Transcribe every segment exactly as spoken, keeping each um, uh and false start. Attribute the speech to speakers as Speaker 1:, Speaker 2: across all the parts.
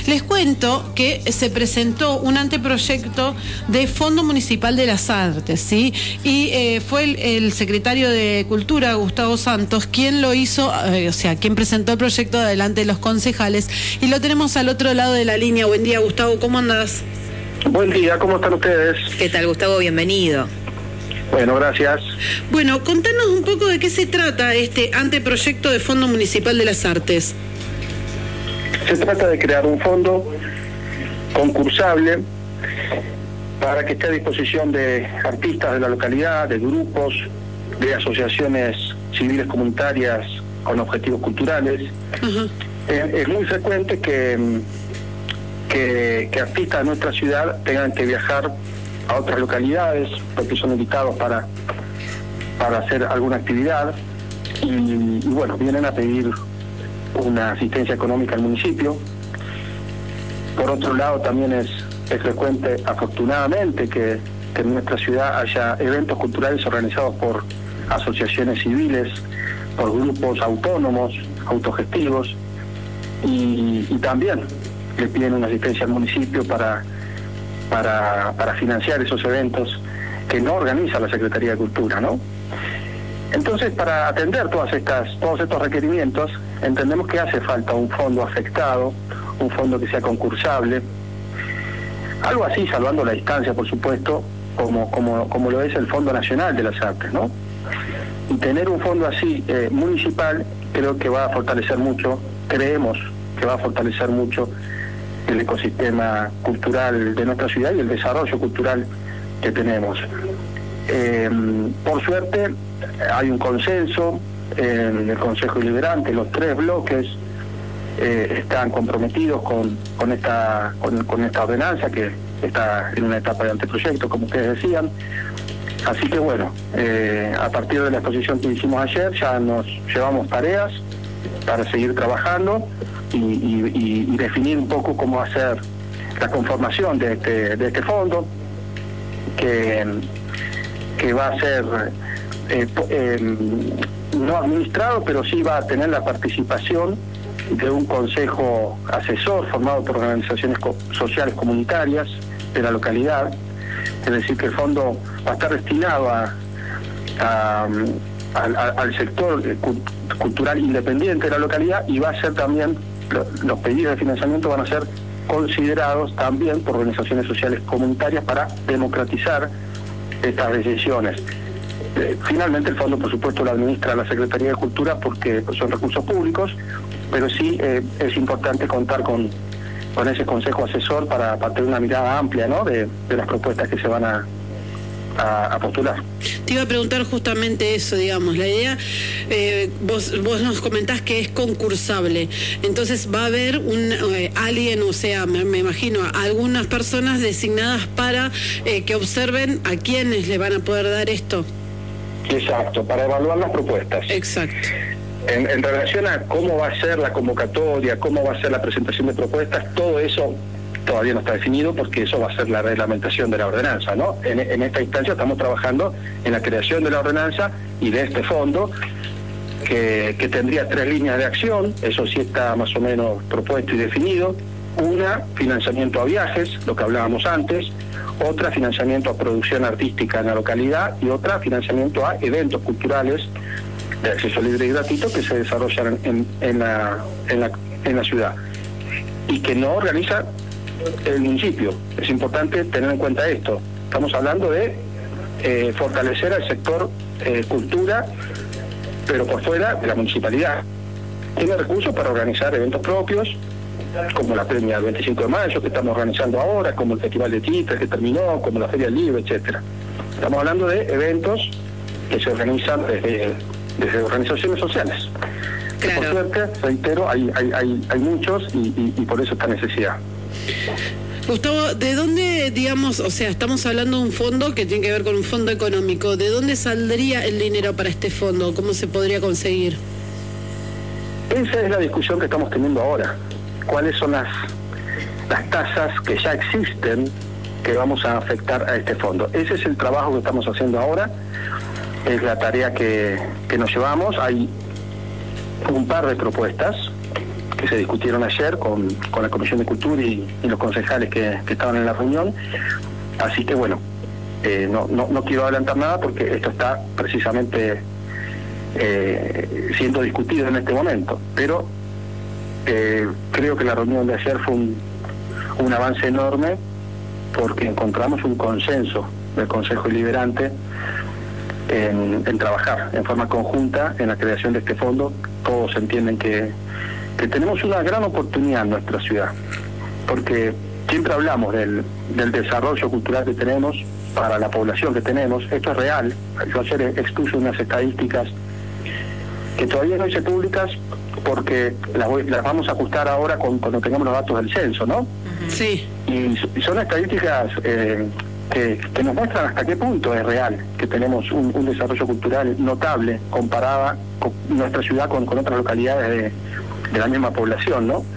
Speaker 1: Les cuento que se presentó un anteproyecto de Fondo Municipal de las Artes, ¿sí? Y eh, fue el, el secretario de Cultura, Gustavo Santos, quien lo hizo, eh, o sea, quien presentó el proyecto delante de los concejales, y lo tenemos al otro lado de la línea. Buen día, Gustavo, ¿cómo andás?
Speaker 2: Buen día, ¿cómo están ustedes?
Speaker 3: ¿Qué tal, Gustavo? Bienvenido.
Speaker 2: Bueno, gracias.
Speaker 1: Bueno, contanos un poco de qué se trata este anteproyecto de Fondo Municipal de las Artes.
Speaker 2: Se trata de crear un fondo concursable para que esté a disposición de artistas de la localidad, de grupos, de asociaciones civiles comunitarias con objetivos culturales. Uh-huh. es, es muy frecuente que, que, que artistas de nuestra ciudad tengan que viajar a otras localidades porque son invitados para, para hacer alguna actividad y, y bueno, vienen a pedir una asistencia económica al municipio. Por otro lado, también es, es frecuente, afortunadamente, que, que en nuestra ciudad haya eventos culturales organizados por asociaciones civiles, por grupos autónomos, autogestivos, y, y también le piden una asistencia al municipio para, para, para financiar esos eventos que no organiza la Secretaría de Cultura, ¿no? Entonces, para atender todas estas, todos estos requerimientos, entendemos que hace falta un fondo afectado, un fondo que sea concursable, algo así, salvando la distancia, por supuesto, como, como, como lo es el Fondo Nacional de las Artes, ¿no? Y tener un fondo así, eh, municipal, creo que va a fortalecer mucho, creemos que va a fortalecer mucho el ecosistema cultural de nuestra ciudad y el desarrollo cultural que tenemos. Eh, por suerte hay un consenso en el Consejo Deliberante, los tres bloques eh, están comprometidos con, con, esta, con, con esta ordenanza que está en una etapa de anteproyecto, como ustedes decían. Así que bueno, eh, a partir de la exposición que hicimos ayer ya nos llevamos tareas para seguir trabajando y, y, y definir un poco cómo hacer la conformación de este, de este fondo, que que va a ser eh, eh, no administrado, pero sí va a tener la participación de un consejo asesor formado por organizaciones co- sociales comunitarias de la localidad. Es decir, que el fondo va a estar destinado a, a, a, a, al sector cultural independiente de la localidad, y va a ser también, lo, los pedidos de financiamiento van a ser considerados también por organizaciones sociales comunitarias para democratizar estas decisiones. Eh, finalmente el fondo, por supuesto, lo administra la Secretaría de Cultura porque son recursos públicos, pero sí eh, es importante contar con, con ese consejo asesor para, para tener una mirada amplia, ¿no?, de, de las propuestas que se van a, a, a postular.
Speaker 1: Te iba a preguntar justamente eso, digamos, la idea, eh, vos, vos nos comentás que es concursable, entonces va a haber un eh, alguien, o sea, me, me imagino, algunas personas designadas para eh, que observen a quiénes le van a poder dar esto.
Speaker 2: Exacto, para evaluar las propuestas.
Speaker 1: Exacto.
Speaker 2: En, en relación a cómo va a ser la convocatoria, cómo va a ser la presentación de propuestas, todo eso todavía no está definido porque eso va a ser la reglamentación de la ordenanza, ¿no? En, en esta instancia estamos trabajando en la creación de la ordenanza y de este fondo que, que tendría tres líneas de acción. Eso sí está más o menos propuesto y definido. Una, financiamiento a viajes, lo que hablábamos antes; otra, financiamiento a producción artística en la localidad; y otra, financiamiento a eventos culturales de acceso libre y gratuito que se desarrollan en, en, la, en, la, en la ciudad y que no organiza el municipio. Es importante tener en cuenta esto. Estamos hablando de eh, fortalecer al sector eh, cultura, pero por fuera de la municipalidad. Tiene recursos para organizar eventos propios, como la Premia del veinticinco de mayo que estamos organizando ahora, como el Festival de Titres que terminó, como la Feria del Libro, etcétera. Estamos hablando de eventos que se organizan desde, desde organizaciones sociales.
Speaker 3: Claro.
Speaker 2: Por suerte, reitero, hay, hay, hay, hay muchos y, y, y por eso esta necesidad.
Speaker 1: Gustavo, ¿de dónde, digamos, o sea, estamos hablando de un fondo que tiene que ver con un fondo económico, ¿de dónde saldría el dinero para este fondo? ¿Cómo se podría conseguir?
Speaker 2: Esa es la discusión que estamos teniendo ahora. ¿Cuáles son las, las tasas que ya existen que vamos a afectar a este fondo? Ese es el trabajo que estamos haciendo ahora, es la tarea que, que nos llevamos. Hay un par de propuestas que se discutieron ayer con, con la Comisión de Cultura y, y los concejales que, que estaban en la reunión. Así que bueno, eh, no, no, no quiero adelantar nada porque esto está precisamente eh, siendo discutido en este momento, pero eh, creo que la reunión de ayer fue un, un avance enorme porque encontramos un consenso del Consejo Deliberante en, en trabajar en forma conjunta en la creación de este fondo. Todos entienden que, que tenemos una gran oportunidad en nuestra ciudad, porque siempre hablamos del, del desarrollo cultural que tenemos para la población que tenemos. Esto es real. Yo ayer expuse unas estadísticas que todavía no hice públicas porque las, voy, las vamos a ajustar ahora con, cuando tengamos los datos del censo, ¿no?
Speaker 1: Sí.
Speaker 2: Y, y son estadísticas eh, que, que nos muestran hasta qué punto es real que tenemos un, un desarrollo cultural notable comparada con nuestra ciudad con, con otras localidades de, de la misma población, ¿no?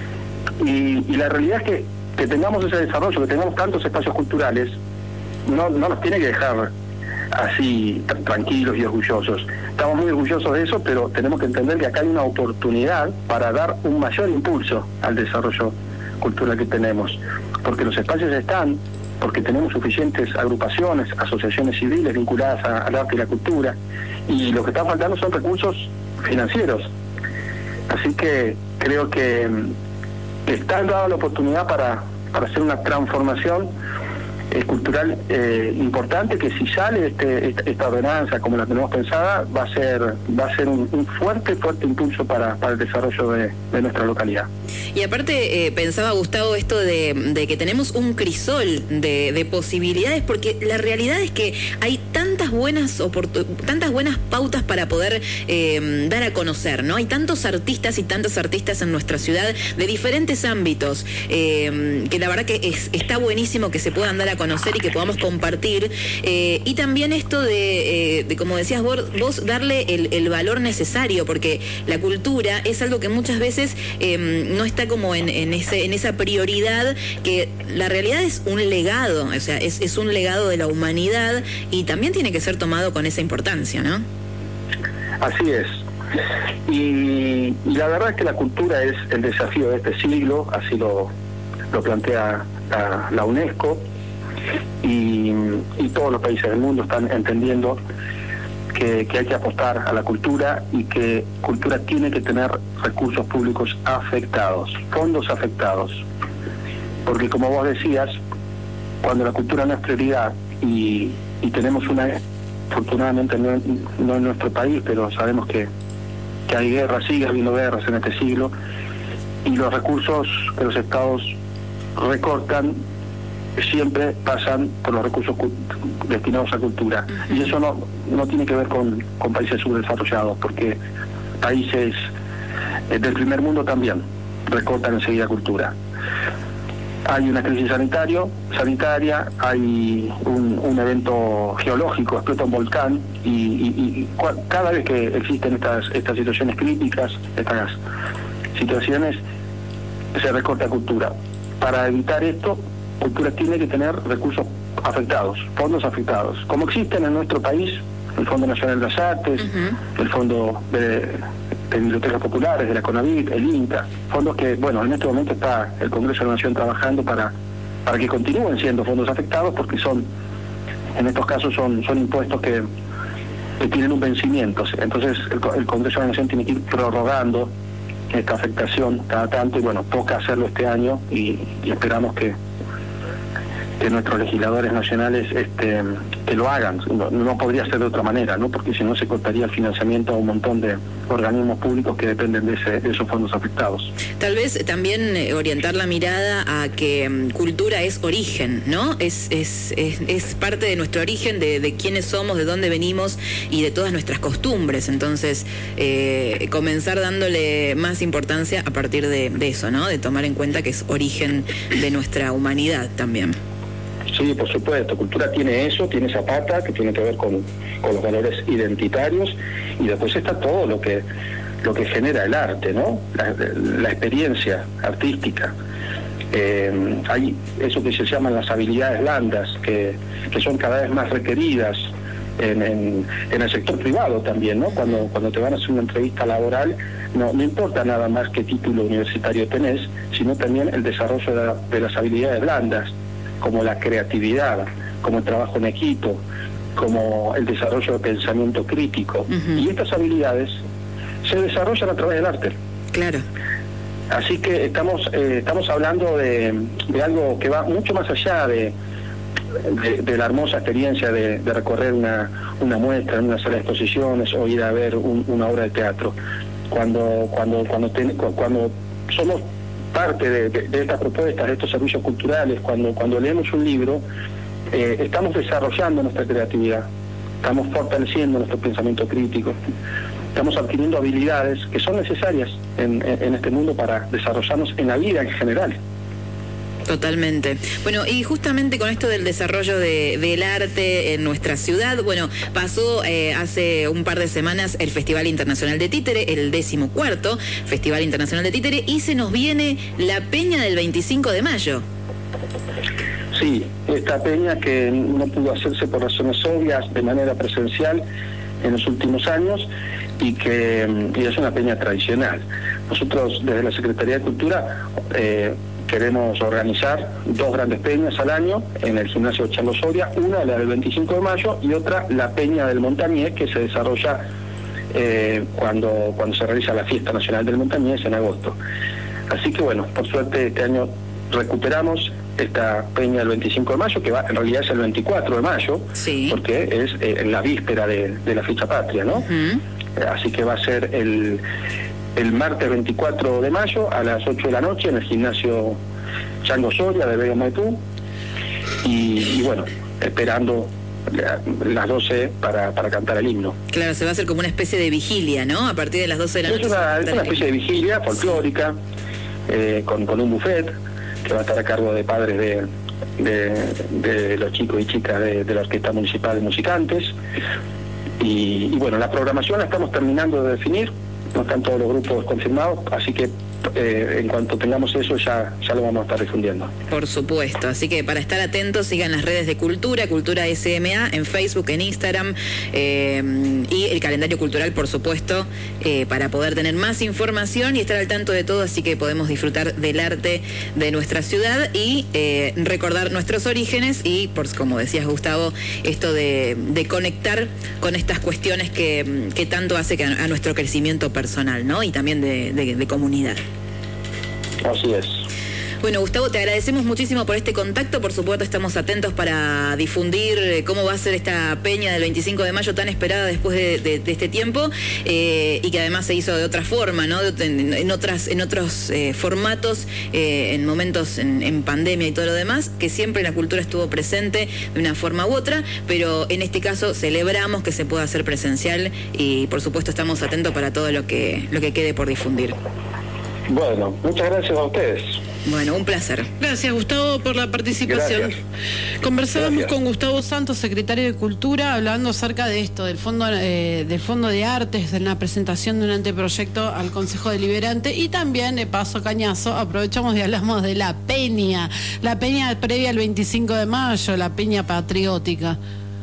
Speaker 2: Y, y la realidad es que, que tengamos ese desarrollo, que tengamos tantos espacios culturales, no, no nos tiene que dejar así tranquilos y orgullosos. Estamos muy orgullosos de eso, pero tenemos que entender que acá hay una oportunidad para dar un mayor impulso al desarrollo cultural que tenemos, porque los espacios están, porque tenemos suficientes agrupaciones, asociaciones civiles vinculadas a, al arte y la cultura, y lo que está faltando son recursos financieros. Así que creo que está dada la oportunidad para, para hacer una transformación eh, cultural eh, importante, que si sale este, esta, esta ordenanza como la tenemos pensada, va a ser va a ser un, un fuerte, fuerte impulso para, para el desarrollo de, de nuestra localidad.
Speaker 3: Y aparte, eh, pensaba, Gustavo, esto de, de que tenemos un crisol de, de posibilidades, porque la realidad es que hay tantas buenas tantas buenas pautas para poder eh, dar a conocer, ¿no? Hay tantos artistas y tantas artistas en nuestra ciudad de diferentes ámbitos, eh, que la verdad que es, está buenísimo que se puedan dar a conocer y que podamos compartir. Eh, y también esto de, eh, de, como decías vos, vos darle el, el valor necesario, porque la cultura es algo que muchas veces eh, no está como en, en, ese, en esa prioridad, que la realidad es un legado, o sea, es, es un legado de la humanidad y también tiene que ser tomado con esa importancia, ¿no?
Speaker 2: Así es. Y, y la verdad es que la cultura es el desafío de este siglo, así lo, lo plantea la, la UNESCO, y, y todos los países del mundo están entendiendo que, que hay que apostar a la cultura y que cultura tiene que tener recursos públicos afectados, fondos afectados. Porque como vos decías, cuando la cultura no es prioridad y, y tenemos una, afortunadamente no, no en nuestro país, pero sabemos que, que hay guerras, sigue habiendo guerras en este siglo, y los recursos que los estados recortan siempre pasan por los recursos destinados a cultura. Uh-huh. Y eso no, no tiene que ver con, con países subdesarrollados, porque países eh, del primer mundo también recortan enseguida cultura. Hay una crisis sanitario, sanitaria, hay un, un evento geológico, explota un volcán, y, y, y cada vez que existen estas, estas situaciones críticas, estas situaciones, se recorta cultura. Para evitar esto, cultura tiene que tener recursos afectados, fondos afectados, como existen en nuestro país, el Fondo Nacional de las Artes, uh-huh. el Fondo de, de Bibliotecas Populares, de la CONAVIT, el INTA, fondos que, bueno, en este momento está el Congreso de la Nación trabajando para, para que continúen siendo fondos afectados, porque son, en estos casos son, son impuestos que, que tienen un vencimiento. Entonces el, el Congreso de la Nación tiene que ir prorrogando esta afectación cada tanto, y bueno, toca hacerlo este año, y, y esperamos que que nuestros legisladores nacionales este, que lo hagan. No, no podría ser de otra manera, ¿no? Porque si no se cortaría el financiamiento a un montón de organismos públicos que dependen de, ese, de esos fondos afectados.
Speaker 3: Tal vez también orientar la mirada a que um, cultura es origen, ¿no? Es, es, es, es parte de nuestro origen, de, de quiénes somos, de dónde venimos y de todas nuestras costumbres. Entonces, eh, comenzar dándole más importancia a partir de, de eso, ¿no? De tomar en cuenta que es origen de nuestra humanidad también.
Speaker 2: Sí, por supuesto. Cultura tiene eso, tiene esa pata que tiene que ver con, con los valores identitarios, y después está todo lo que lo que genera el arte, ¿no? La, la experiencia artística. Eh, hay eso que se llaman las habilidades blandas, que, que son cada vez más requeridas en, en, en el sector privado también, ¿no? Cuando, cuando te van a hacer una entrevista laboral, no, no importa nada más qué título universitario tenés, sino también el desarrollo de, la, de las habilidades blandas, como la creatividad, como el trabajo en equipo, como el desarrollo de pensamiento crítico. Uh-huh. Y estas habilidades se desarrollan a través del arte.
Speaker 3: Claro.
Speaker 2: Así que estamos eh, estamos hablando de, de algo que va mucho más allá de, de, de la hermosa experiencia de, de recorrer una, una muestra en una sala de exposiciones o ir a ver un, una obra de teatro. Cuando cuando cuando, ten, cuando somos parte de, de, de estas propuestas, de estos servicios culturales, cuando cuando leemos un libro, eh, estamos desarrollando nuestra creatividad, estamos fortaleciendo nuestro pensamiento crítico, estamos adquiriendo habilidades que son necesarias en, en, en este mundo para desarrollarnos en la vida en general.
Speaker 3: Totalmente. Bueno, y justamente con esto del desarrollo de, del arte en nuestra ciudad, bueno, pasó eh, hace un par de semanas el Festival Internacional de Títere, el decimocuarto Festival Internacional de Títere, y se nos viene la peña del veinticinco de mayo.
Speaker 2: Sí, esta peña que no pudo hacerse por razones obvias de manera presencial en los últimos años, y que y es una peña tradicional. Nosotros desde la Secretaría de Cultura eh, queremos organizar dos grandes peñas al año en el gimnasio Charlo Soria, una la del veinticinco de mayo y otra la peña del Montañés, que se desarrolla eh, cuando, cuando se realiza la fiesta nacional del Montañés en agosto. Así que bueno, por suerte este año recuperamos esta peña del veinticinco de mayo, que va, en realidad es el veinticuatro de mayo,
Speaker 3: sí,
Speaker 2: porque es eh, en la víspera de, de la fecha patria, ¿no? Uh-huh. Así que va a ser el, el martes veinticuatro de mayo a las ocho de la noche en el gimnasio Chango Soria de Vega Maipú, y, y bueno, esperando las doce para, para cantar el himno.
Speaker 3: Claro, se va a hacer como una especie de vigilia, ¿no? A partir de las doce de la noche.
Speaker 2: Es una, es una especie de vigilia folclórica, sí, eh, con, con un buffet que va a estar a cargo de padres de, de, de los chicos y chicas de, de la Orquesta Municipal de Musicantes. Y, y bueno, la programación la estamos terminando de definir, no están todos los grupos confirmados, así que eh, en cuanto tengamos eso ya, ya lo vamos a estar difundiendo.
Speaker 3: Por supuesto, así que para estar atentos sigan las redes de Cultura, Cultura S M A, en Facebook, en Instagram, eh, y el calendario cultural, por supuesto, eh, para poder tener más información y estar al tanto de todo, así que podemos disfrutar del arte de nuestra ciudad y eh, recordar nuestros orígenes y, por, como decías Gustavo, esto de, de conectar con estas cuestiones que, que tanto hace que a, a nuestro crecimiento personal, ¿no? Y también de, de, de comunidad.
Speaker 2: Así es.
Speaker 3: Bueno, Gustavo, te agradecemos muchísimo por este contacto. Por supuesto, estamos atentos para difundir cómo va a ser esta peña del veinticinco de mayo tan esperada después de, de, de este tiempo, eh, y que además se hizo de otra forma, ¿no? En, en otras, en otros eh, formatos, eh, en momentos en, en pandemia y todo lo demás, que siempre la cultura estuvo presente de una forma u otra, pero en este caso celebramos que se pueda hacer presencial y, por supuesto, estamos atentos para todo lo que, lo que quede por difundir.
Speaker 2: Bueno, muchas gracias a ustedes.
Speaker 3: Bueno, un placer.
Speaker 1: Gracias, Gustavo, por la participación.
Speaker 2: Gracias.
Speaker 1: Conversábamos
Speaker 2: Gracias.
Speaker 1: con Gustavo Santos, secretario de Cultura, hablando acerca de esto, del fondo, eh, del fondo de artes, de la presentación de un anteproyecto al Consejo Deliberante, y también, de paso cañazo, aprovechamos y hablamos de la peña, la peña previa al veinticinco de mayo, la peña patriótica.